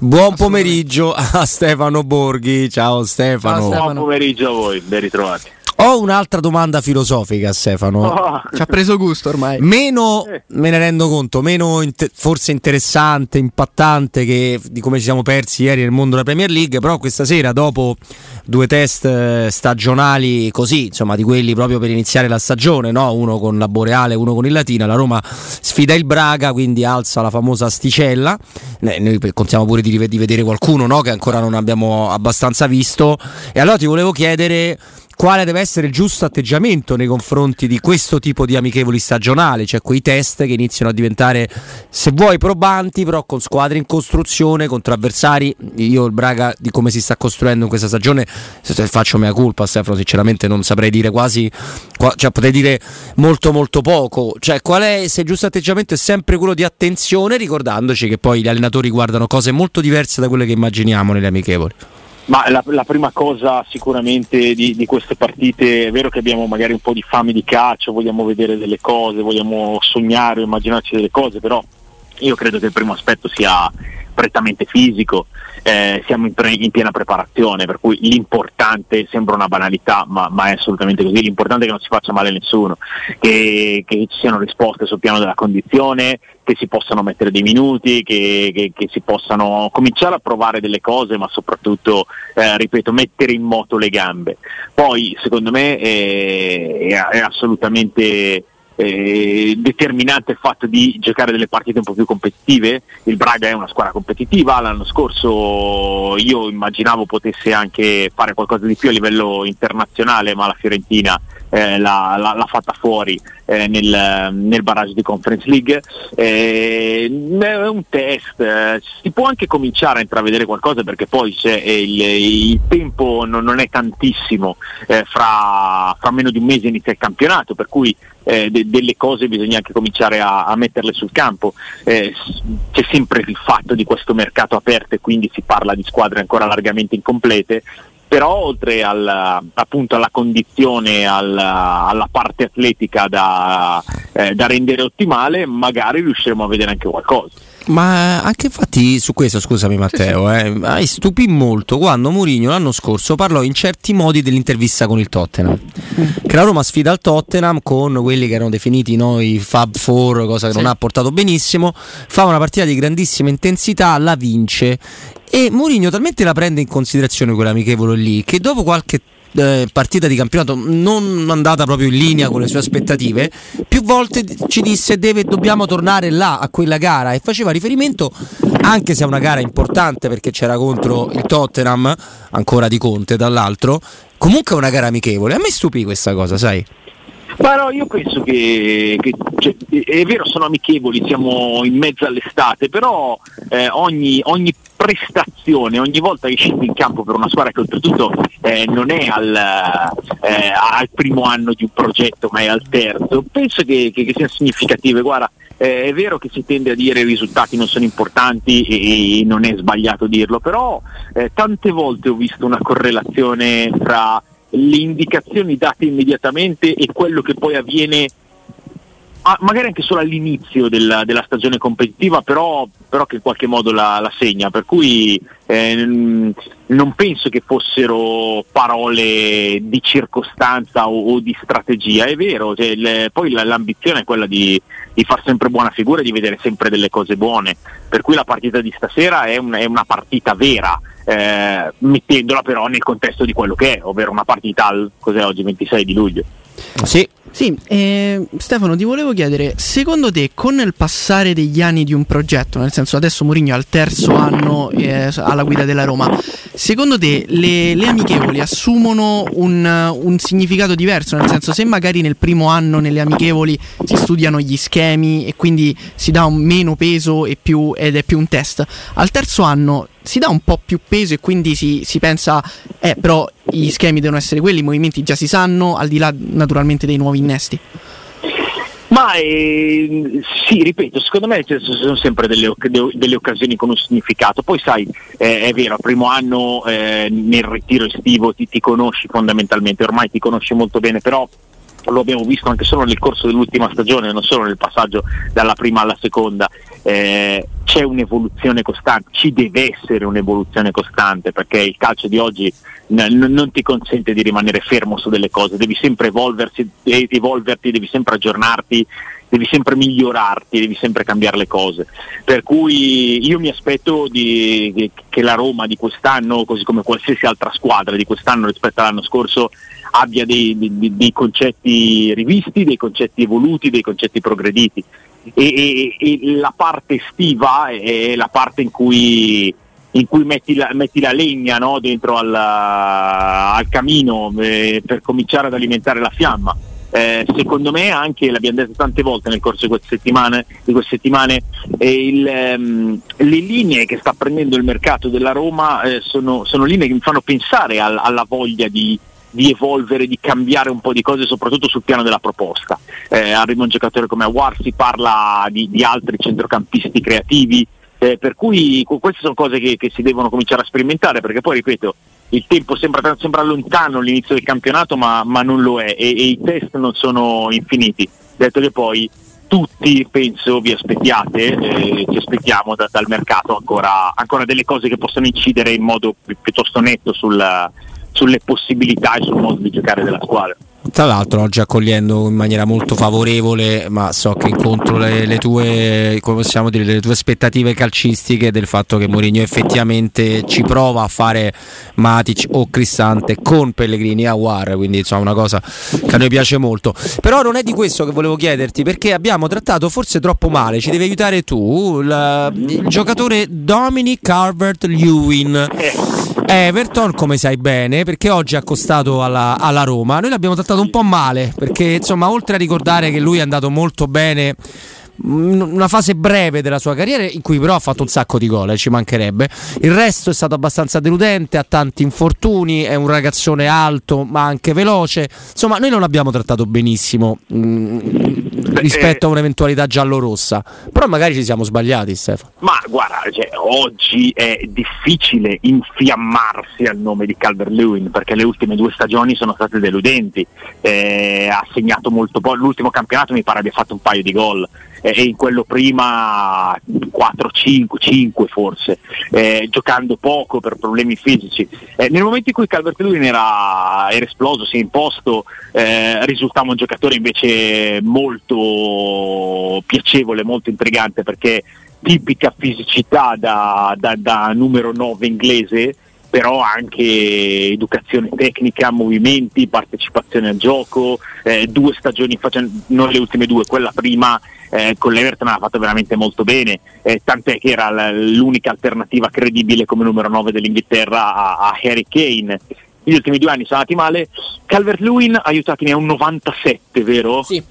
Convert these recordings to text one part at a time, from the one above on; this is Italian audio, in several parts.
Buon pomeriggio a Stefano Borghi. Ciao Stefano. Buon pomeriggio a voi, ben ritrovati. Ho un'altra domanda filosofica, Stefano. Ci ha preso gusto ormai. Meno, me ne rendo conto, meno forse interessante, impattante di come ci siamo persi ieri nel mondo della Premier League, però questa sera, dopo 2 test stagionali così, insomma, di quelli proprio per iniziare la stagione, no? Uno con la Boreale, uno con il Latina, la Roma sfida il Braga, quindi alza la famosa asticella. Noi contiamo pure di vedere qualcuno, no? Che ancora non abbiamo abbastanza visto. E allora ti volevo chiedere quale deve essere il giusto atteggiamento nei confronti di questo tipo di amichevoli stagionali, cioè quei test che iniziano a diventare, se vuoi, probanti, però con squadre in costruzione, contro avversari. Io il Braga, di come si sta costruendo in questa stagione, se faccio mea culpa, Stefano, sinceramente non saprei dire quasi, cioè potrei dire molto molto poco. Cioè, qual è, se il giusto atteggiamento è sempre quello di attenzione, ricordandoci che poi gli allenatori guardano cose molto diverse da quelle che immaginiamo nelle amichevoli. Ma la prima cosa sicuramente di queste partite, è vero che abbiamo magari un po' di fame di calcio, vogliamo vedere delle cose, vogliamo sognare o immaginarci delle cose, però io credo che il primo aspetto sia prettamente fisico. Siamo in piena preparazione, per cui l'importante, sembra una banalità, ma è assolutamente così, l'importante è che non si faccia male a nessuno, che ci siano risposte sul piano della condizione, che si possano mettere dei minuti, che si possano cominciare a provare delle cose, ma soprattutto, ripeto, mettere in moto le gambe. Poi secondo me è assolutamente determinante il fatto di giocare delle partite un po' più competitive. Il Braga è una squadra competitiva, l'anno scorso io immaginavo potesse anche fare qualcosa di più a livello internazionale, ma la Fiorentina l'ha fatta fuori nel barrage di Conference League. È un test, si può anche cominciare a intravedere qualcosa, perché poi c'è il tempo non è tantissimo, fra meno di un mese inizia il campionato, per cui delle cose bisogna anche cominciare a metterle sul campo. C'è sempre il fatto di questo mercato aperto e quindi si parla di squadre ancora largamente incomplete, però oltre appunto alla condizione, alla parte atletica da rendere ottimale, magari riusciremo a vedere anche qualcosa. Ma anche infatti su questo, scusami Matteo, mi stupì molto quando Mourinho l'anno scorso parlò in certi modi dell'intervista con il Tottenham, che la Roma sfida il Tottenham con quelli che erano definiti i Fab Four, cosa che non ha portato benissimo, fa una partita di grandissima intensità, la vince, e Mourinho talmente la prende in considerazione quell'amichevole lì che dopo qualche partita di campionato non andata proprio in linea con le sue aspettative, più volte ci disse dobbiamo tornare là a quella gara, e faceva riferimento, anche se è una gara importante perché c'era contro il Tottenham ancora di Conte, dall'altro comunque è una gara amichevole. A me stupì questa cosa, sai? Ma no, io penso che cioè, è vero, sono amichevoli, siamo in mezzo all'estate, però ogni prestazione, ogni volta che scendi in campo per una squadra che oltretutto non è al primo anno di un progetto, ma è al terzo, penso che siano significative. Guarda, è vero che si tende a dire i risultati non sono importanti, e non è sbagliato dirlo, però tante volte ho visto una correlazione fra le indicazioni date immediatamente e quello che poi avviene magari anche solo all'inizio della stagione competitiva, però che in qualche modo la segna, per cui non penso che fossero parole di circostanza o di strategia. È vero, cioè, poi l'ambizione è quella di far sempre buona figura e di vedere sempre delle cose buone, per cui la partita di stasera è una partita vera, mettendola però nel contesto di quello che è, ovvero una partita cos'è oggi, 26 di luglio. Sì, Stefano, ti volevo chiedere, secondo te, con il passare degli anni di un progetto, nel senso adesso Mourinho ha il terzo anno alla guida della Roma, secondo te le amichevoli assumono un significato diverso? Nel senso, se magari nel primo anno nelle amichevoli si studiano gli schemi e quindi si dà un meno peso ed è più un test, al terzo anno si dà un po' più peso e quindi si pensa però gli schemi devono essere quelli, i movimenti già si sanno, al di là naturalmente dei nuovi innesti. Ma sì, ripeto, secondo me ci sono sempre delle occasioni con un significato. Poi sai, è vero, al primo anno nel ritiro estivo ti conosci fondamentalmente, ormai ti conosci molto bene, però lo abbiamo visto anche solo nel corso dell'ultima stagione, non solo nel passaggio dalla prima alla seconda. C'è c'è un'evoluzione costante, ci deve essere un'evoluzione costante, perché il calcio di oggi non ti consente di rimanere fermo su delle cose, devi sempre evolverti, devi sempre aggiornarti, devi sempre migliorarti, devi sempre cambiare le cose, per cui io mi aspetto che la Roma di quest'anno, così come qualsiasi altra squadra di quest'anno rispetto all'anno scorso, abbia dei concetti rivisti, dei concetti evoluti, dei concetti progrediti, e la parte estiva è la parte in cui metti la legna, no, dentro al camino, per cominciare ad alimentare la fiamma. Secondo me, anche l'abbiamo detto tante volte nel corso di queste settimane, le linee che sta prendendo il mercato della Roma sono linee che mi fanno pensare alla voglia di evolvere, di cambiare un po' di cose, soprattutto sul piano della proposta. Arriva un giocatore come Aouar, si parla di altri centrocampisti creativi, per cui queste sono cose che si devono cominciare a sperimentare, perché poi, ripeto, il tempo sembra lontano l'inizio del campionato, ma non lo è, e i test non sono infiniti. Detto che poi tutti, penso, vi aspettiate, ci aspettiamo dal mercato ancora delle cose che possano incidere in modo piuttosto netto sulle possibilità e sul modo di giocare della squadra. Tra l'altro oggi accogliendo in maniera molto favorevole, ma so che incontro le tue, come possiamo dire, le tue aspettative calcistiche, del fatto che Mourinho effettivamente ci prova a fare Matic o Cristante con Pellegrini e Aouar, quindi insomma una cosa che a noi piace molto. Però non è di questo che volevo chiederti, perché abbiamo trattato forse troppo male, ci devi aiutare tu, il giocatore Dominic Calvert-Lewin, Everton, come sai bene, perché oggi è accostato alla Roma. Noi l'abbiamo trattato un po' male, perché insomma, oltre a ricordare che lui è andato molto bene una fase breve della sua carriera, in cui però ha fatto un sacco di gol, ci mancherebbe, il resto è stato abbastanza deludente, ha tanti infortuni, è un ragazzone alto ma anche veloce, insomma noi non l'abbiamo trattato benissimo rispetto a un'eventualità giallorossa, però magari ci siamo sbagliati, Stefano. Ma guarda, oggi è difficile infiammarsi al nome di Calvert-Lewin, perché le ultime 2 stagioni sono state deludenti, ha segnato molto poco, l'ultimo campionato mi pare abbia fatto un paio di gol, e in quello prima 4-5 forse, giocando poco per problemi fisici. Nel momento in cui Calvert-Lewin era esploso, si è imposto, risultava un giocatore invece molto piacevole, molto intrigante, perché tipica fisicità da numero 9 inglese, però anche educazione tecnica, movimenti, partecipazione al gioco, 2 stagioni, non le ultime 2, quella prima con l'Everton ha fatto veramente molto bene, tant'è che era l'unica alternativa credibile come numero 9 dell'Inghilterra a Harry Kane. Gli ultimi 2 anni sono andati male. Calvert-Lewin, aiutatemi, è un 97, vero? Sì.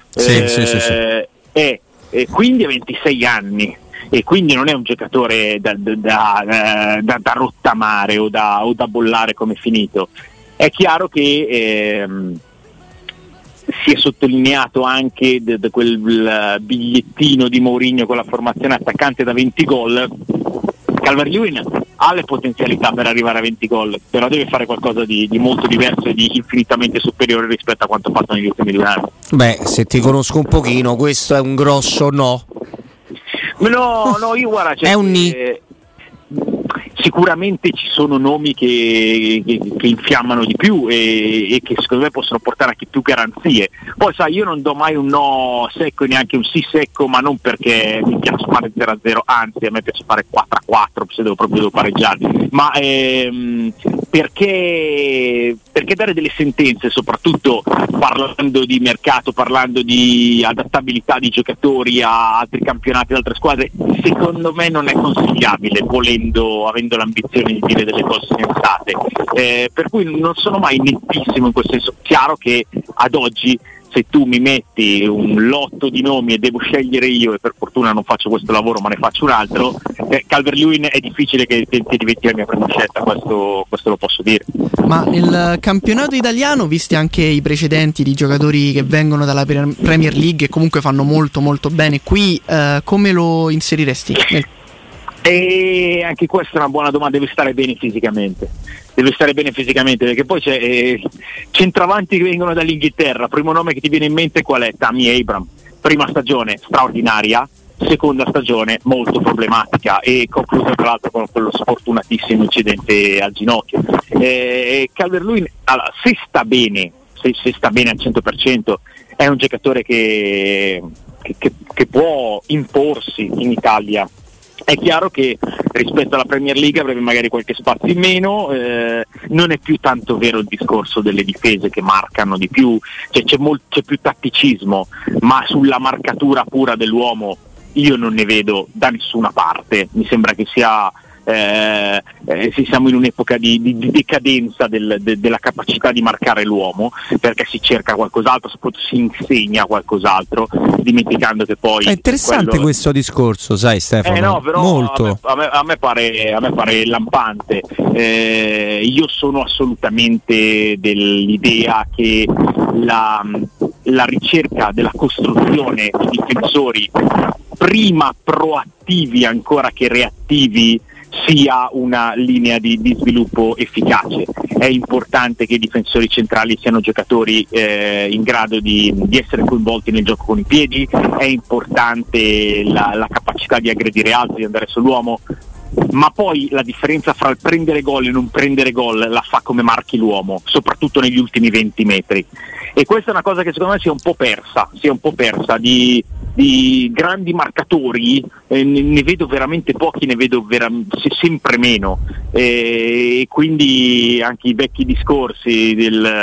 Quindi ha 26 anni. E quindi non è un giocatore da rottamare o da bollare come finito. È chiaro che si è sottolineato anche da quel bigliettino di Mourinho con la formazione attaccante da 20 gol. Calvert-Lewin ha le potenzialità per arrivare a 20 gol, però deve fare qualcosa di molto diverso e di infinitamente superiore rispetto a quanto fatto negli ultimi 2 anni. Beh, se ti conosco un pochino, questo è un grosso no. No, io guarda, è un ni. Sicuramente ci sono nomi che infiammano di più e che secondo me possono portare anche più garanzie. Poi sai, io non do mai un no secco e neanche un sì secco, ma non perché mi piace fare 0-0, anzi a me piace fare 4-4 se devo pareggiare, ma perché dare delle sentenze, soprattutto parlando di mercato, parlando di adattabilità di giocatori a altri campionati, ad altre squadre, secondo me non è consigliabile, avendo l'ambizione di dire delle cose sensate, per cui non sono mai nettissimo in questo senso. Chiaro che ad oggi, se tu mi metti un lotto di nomi e devo scegliere io, e per fortuna non faccio questo lavoro ma ne faccio un altro, Calvert-Lewin è difficile che diventi la mia prima scelta, questo lo posso dire. Ma nel campionato italiano, visti anche i precedenti di giocatori che vengono dalla Premier League e comunque fanno molto molto bene, qui come lo inseriresti? E anche questa è una buona domanda, deve stare bene fisicamente, perché poi c'è centravanti che vengono dall'Inghilterra. Primo nome che ti viene in mente qual è? Tammy Abraham, prima stagione straordinaria, seconda stagione molto problematica e conclusa tra l'altro con quello sfortunatissimo incidente al ginocchio. Calvert-Lewin, allora, se sta bene al 100%, è un giocatore che può imporsi in Italia. È chiaro che rispetto alla Premier League avrebbe magari qualche spazio in meno, non è più tanto vero il discorso delle difese che marcano di più, cioè c'è più tatticismo, ma sulla marcatura pura dell'uomo io non ne vedo da nessuna parte. Mi sembra che siamo in un'epoca di decadenza della capacità di marcare l'uomo, perché si cerca qualcos'altro, soprattutto si insegna qualcos'altro, dimenticando che poi è interessante questo discorso, sai Stefano, no, però molto. A me pare lampante. Io sono assolutamente dell'idea che la ricerca della costruzione di difensori prima proattivi ancora che reattivi sia una linea di sviluppo efficace. È importante che i difensori centrali siano giocatori in grado di essere coinvolti nel gioco con i piedi, è importante la capacità di aggredire altri, di andare sull'uomo, ma poi la differenza fra il prendere gol e non prendere gol la fa come marchi l'uomo, soprattutto negli ultimi 20 metri. E questa è una cosa che secondo me si è un po' persa di grandi marcatori, ne vedo veramente pochi, ne vedo sempre meno, e quindi anche i vecchi discorsi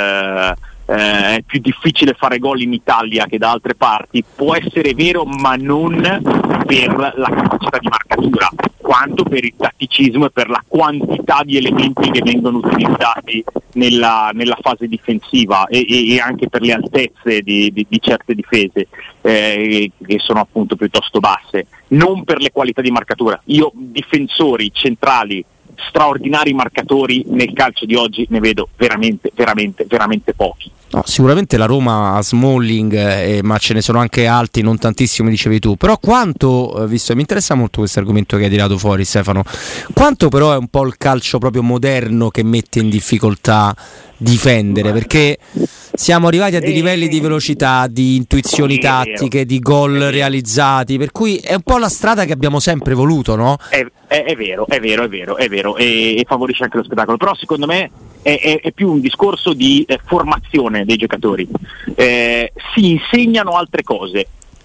è più difficile fare gol in Italia che da altre parti può essere vero, ma non per la capacità di marcatura quanto per il tatticismo e per la quantità di elementi che vengono utilizzati nella fase difensiva e anche per le altezze di certe difese che sono appunto piuttosto basse, non per le qualità di marcatura. Io difensori centrali straordinari marcatori nel calcio di oggi ne vedo veramente pochi. No, sicuramente la Roma ha Smalling, ma ce ne sono anche altri, non tantissimi, dicevi tu. Però quanto, visto che mi interessa molto questo argomento che hai tirato fuori Stefano, quanto però è un po' il calcio proprio moderno che mette in difficoltà difendere, perché siamo arrivati a dei livelli di velocità, di intuizioni tattiche, di gol realizzati, per cui è un po' la strada che abbiamo sempre voluto, no? È vero, e favorisce anche lo spettacolo, però secondo me è più un discorso di formazione dei giocatori. Si insegnano altre cose,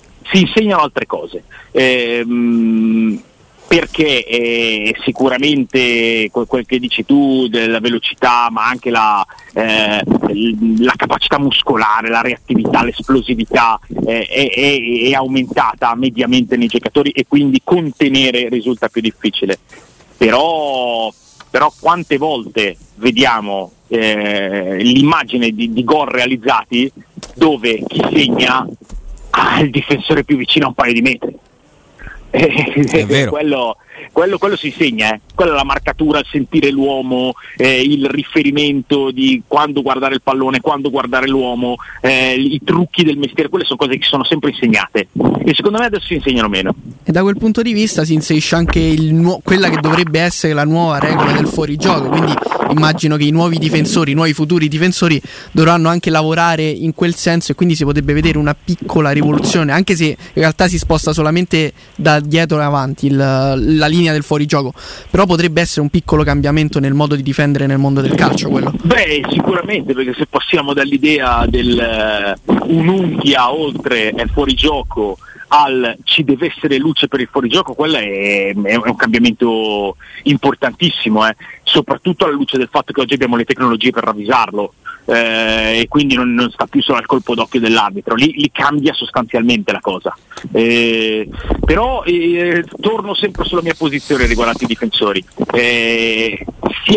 perché sicuramente quel che dici tu della velocità, ma anche la capacità muscolare, la reattività, l'esplosività è aumentata mediamente nei giocatori e quindi contenere risulta più difficile. Però quante volte vediamo l'immagine di gol realizzati dove chi segna ha il difensore più vicino a un paio di metri. È vero. Quello si insegna, quella è la marcatura, il sentire l'uomo, il riferimento di quando guardare il pallone, quando guardare l'uomo, i trucchi del mestiere, quelle sono cose che sono sempre insegnate e secondo me adesso si insegnano meno. E da quel punto di vista si inserisce anche quella che dovrebbe essere la nuova regola del fuorigioco, quindi immagino che i nuovi futuri difensori dovranno anche lavorare in quel senso e quindi si potrebbe vedere una piccola rivoluzione, anche se in realtà si sposta solamente da dietro e avanti la linea del fuorigioco, però potrebbe essere un piccolo cambiamento nel modo di difendere nel mondo del calcio quello. Beh, sicuramente, perché se passiamo dall'idea del un'unghia oltre è fuorigioco al ci deve essere luce per il fuorigioco, quello è un cambiamento importantissimo, soprattutto alla luce del fatto che oggi abbiamo le tecnologie per ravvisarlo, e quindi non sta più solo al colpo d'occhio dell'arbitro, lì cambia sostanzialmente la cosa. Però torno sempre sulla mia posizione riguardante i difensori. Si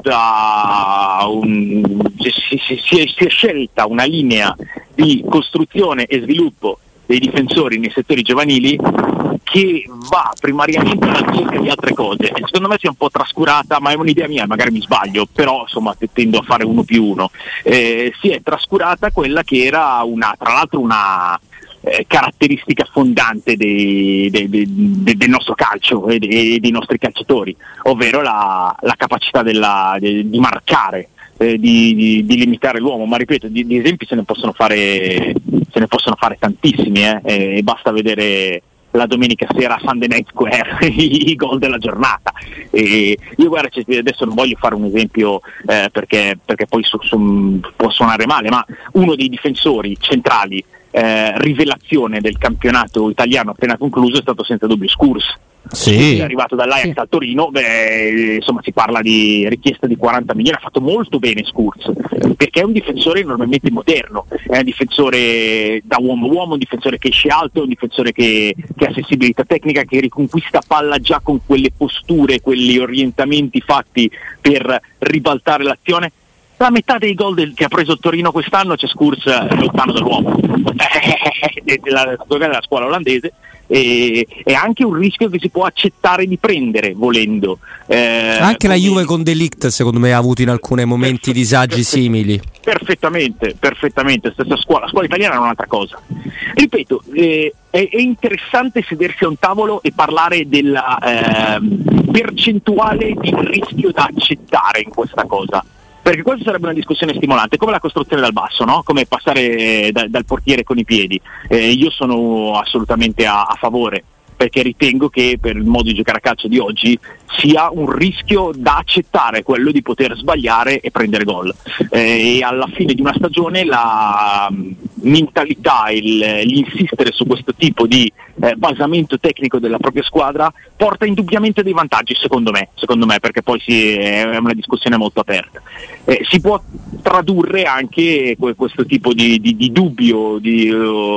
è scelta una linea di costruzione e sviluppo dei difensori nei settori giovanili che va primariamente alla ricerca di altre cose e secondo me si è un po' trascurata, ma è un'idea mia, magari mi sbaglio, però insomma tendo a fare 1+1. Si è trascurata quella che era tra l'altro una caratteristica fondante del nostro calcio e dei nostri calciatori, ovvero la capacità di marcare, di limitare l'uomo, ma ripeto, di esempi se ne possono fare tantissimi, e basta vedere la domenica sera a Sunday Night Square i gol della giornata. E io guarda, adesso non voglio fare un esempio perché poi può suonare male, ma uno dei difensori centrali rivelazione del campionato italiano appena concluso è stato senza dubbio Skurz. Sì. È arrivato dall'Ajax al Torino, insomma si parla di richiesta di 40 milioni, ha fatto molto bene Skurz, perché è un difensore enormemente moderno, è un difensore da uomo-uomo, un difensore che esce alto, un difensore che ha sensibilità tecnica, che riconquista palla già con quelle posture, quegli orientamenti fatti per ribaltare l'azione. La metà dei gol che ha preso il Torino quest'anno c'è Skurz lontano dall'uomo della scuola olandese, e è anche un rischio che si può accettare di prendere volendo. Anche la Juve con De Ligt secondo me ha avuto in alcuni momenti disagi simili. Perfettamente, stessa scuola. La scuola italiana è un'altra cosa. Ripeto, è interessante sedersi a un tavolo e parlare della percentuale di rischio da accettare in questa cosa, perché questa sarebbe una discussione stimolante, come la costruzione dal basso, no? Come passare dal portiere con i piedi. Io sono assolutamente a favore, perché ritengo che per il modo di giocare a calcio di oggi sia un rischio da accettare quello di poter sbagliare e prendere gol, e alla fine di una stagione la mentalità, l'insistere su questo tipo di basamento tecnico della propria squadra porta indubbiamente dei vantaggi, secondo me, perché poi è una discussione molto aperta. Si può tradurre anche questo tipo di dubbio, di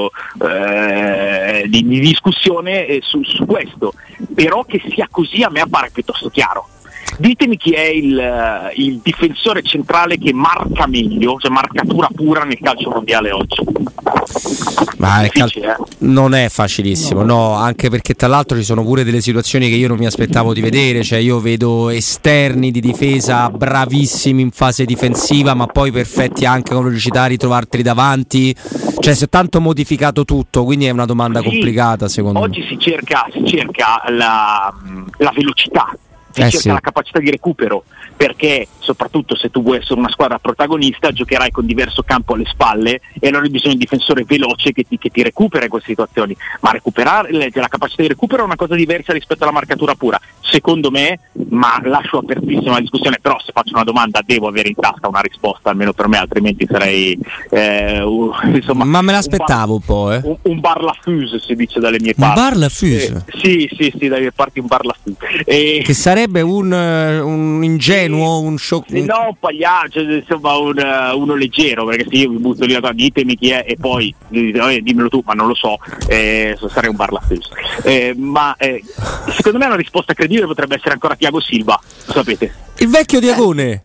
discussione su questo, però che sia così a me appare piuttosto chiaro. Ditemi chi è il difensore centrale che marca meglio, cioè marcatura pura nel calcio mondiale oggi. Ma non è facilissimo, no, anche perché tra l'altro ci sono pure delle situazioni che io non mi aspettavo di vedere, cioè io vedo esterni di difesa bravissimi in fase difensiva, ma poi perfetti anche con velocità a ritrovarti davanti, cioè si è tanto modificato tutto, quindi è una domanda complicata secondo me. Oggi si cerca la velocità, si cerca la capacità di recupero, perché soprattutto se tu vuoi essere una squadra protagonista giocherai con diverso campo alle spalle e allora hai bisogno di un difensore veloce che ti recupera in queste situazioni, ma recuperare la capacità di recupero è una cosa diversa rispetto alla marcatura pura, secondo me, ma lascio apertissima la discussione. Però se faccio una domanda devo avere in tasca una risposta, almeno per me, altrimenti sarei insomma, ma me l'aspettavo un po'. Un bar la fuse, si dice dalle mie parti. Un bar la fuse? Sì, dalle mie parti un bar la fuse. Che sarebbe un ingenuo, un show. No, un pagliaccio, insomma uno leggero, perché se io mi butto lì, ditemi chi è e poi dimmelo tu, ma non lo so, sarei un bar la fuse. Ma secondo me una risposta credibile potrebbe essere ancora Thiago Silva, lo sapete? Il vecchio Diagone.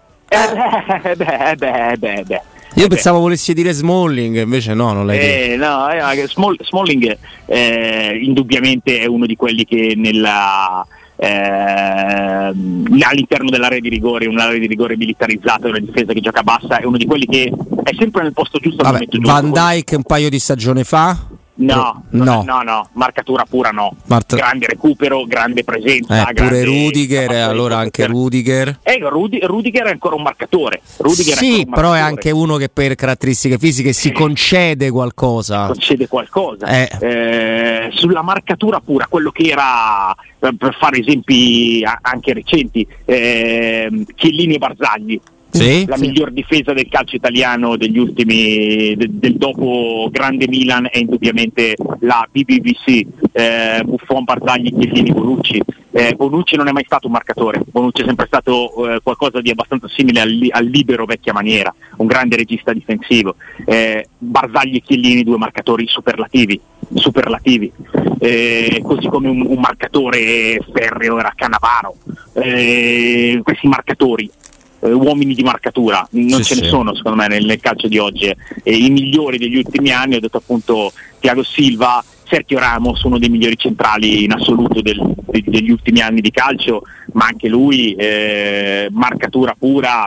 Io pensavo volessi dire Smalling, invece no, non l'hai detto. Smalling indubbiamente è uno di quelli che all'interno dell'area di rigore, un'area di rigore militarizzata, una difesa che gioca bassa, è uno di quelli che è sempre nel posto giusto al momento giusto. Van Dijk un paio di stagioni fa? No, marcatura pura no. Grande recupero, grande presenza. Pure Rudiger, allora anche Rudiger. Rudiger è ancora un marcatore. Però è anche uno che per caratteristiche fisiche si concede qualcosa. Sulla marcatura pura, quello che era, per fare esempi anche recenti, Chiellini e Barzagli. La miglior difesa del calcio italiano degli ultimi del dopo grande Milan è indubbiamente la BBVC, Buffon, Barzagli, Chiellini, Bonucci. Bonucci non è mai stato un marcatore, Bonucci è sempre stato qualcosa di abbastanza simile al libero vecchia maniera, un grande regista difensivo. Barzagli e Chiellini, due marcatori superlativi, così come un marcatore ferreo era Cannavaro. Questi marcatori, uomini di marcatura non ce ne sono secondo me nel calcio di oggi, i migliori degli ultimi anni, ho detto appunto Thiago Silva, Sergio Ramos, uno dei migliori centrali in assoluto degli ultimi anni di calcio, ma anche lui marcatura pura.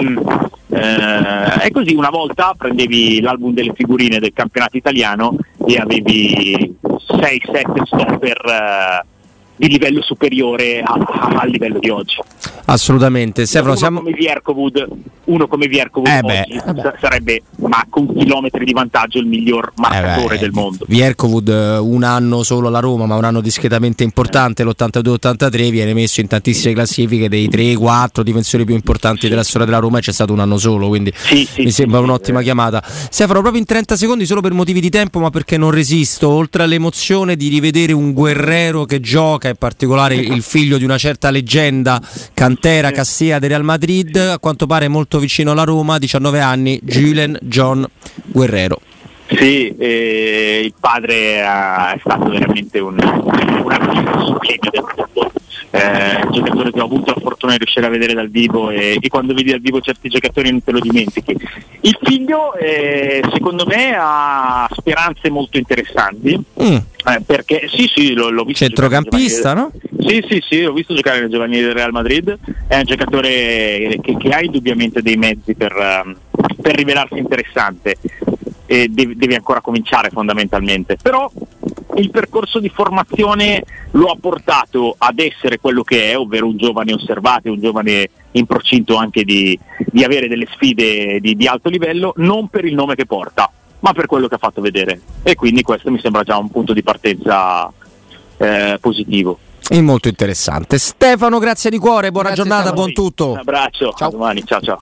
È così, una volta prendevi l'album delle figurine del campionato italiano e avevi 6-7 stopper di livello superiore al livello di oggi. Assolutamente. Stefano, uno come Vierkovud oggi sarebbe, ma con chilometri di vantaggio, il miglior marcatore del mondo. Vierkovud un anno solo alla Roma, ma un anno discretamente importante, l'82-83, viene messo in tantissime classifiche dei 3-4 difensori più importanti della storia della Roma, e c'è stato un anno solo, quindi mi sembra un'ottima chiamata. Stefano, proprio in 30 secondi, solo per motivi di tempo, ma perché non resisto, oltre all'emozione di rivedere un Guerrero che gioca, in particolare il figlio di una certa leggenda cantera Cassia del Real Madrid, a quanto pare molto vicino alla Roma, 19 anni, Julen John Guerrero. Sì, il padre è stato veramente un genio del football, giocatore che ho avuto la fortuna di riuscire a vedere dal vivo, e quando vedi dal vivo certi giocatori non te lo dimentichi. Il figlio secondo me ha speranze molto interessanti, perché l'ho visto centrocampista, no? Sì, l'ho visto giocare nel giovanile del Real Madrid, è un giocatore che ha indubbiamente dei mezzi per rivelarsi interessante, e deve ancora cominciare fondamentalmente, però il percorso di formazione lo ha portato ad essere quello che è, ovvero un giovane osservato, un giovane in procinto anche di avere delle sfide di alto livello, non per il nome che porta, ma per quello che ha fatto vedere, e quindi questo mi sembra già un punto di partenza positivo. È molto interessante. Stefano, grazie di cuore, buona giornata, buon tutto. Un abbraccio, ciao. A domani, ciao.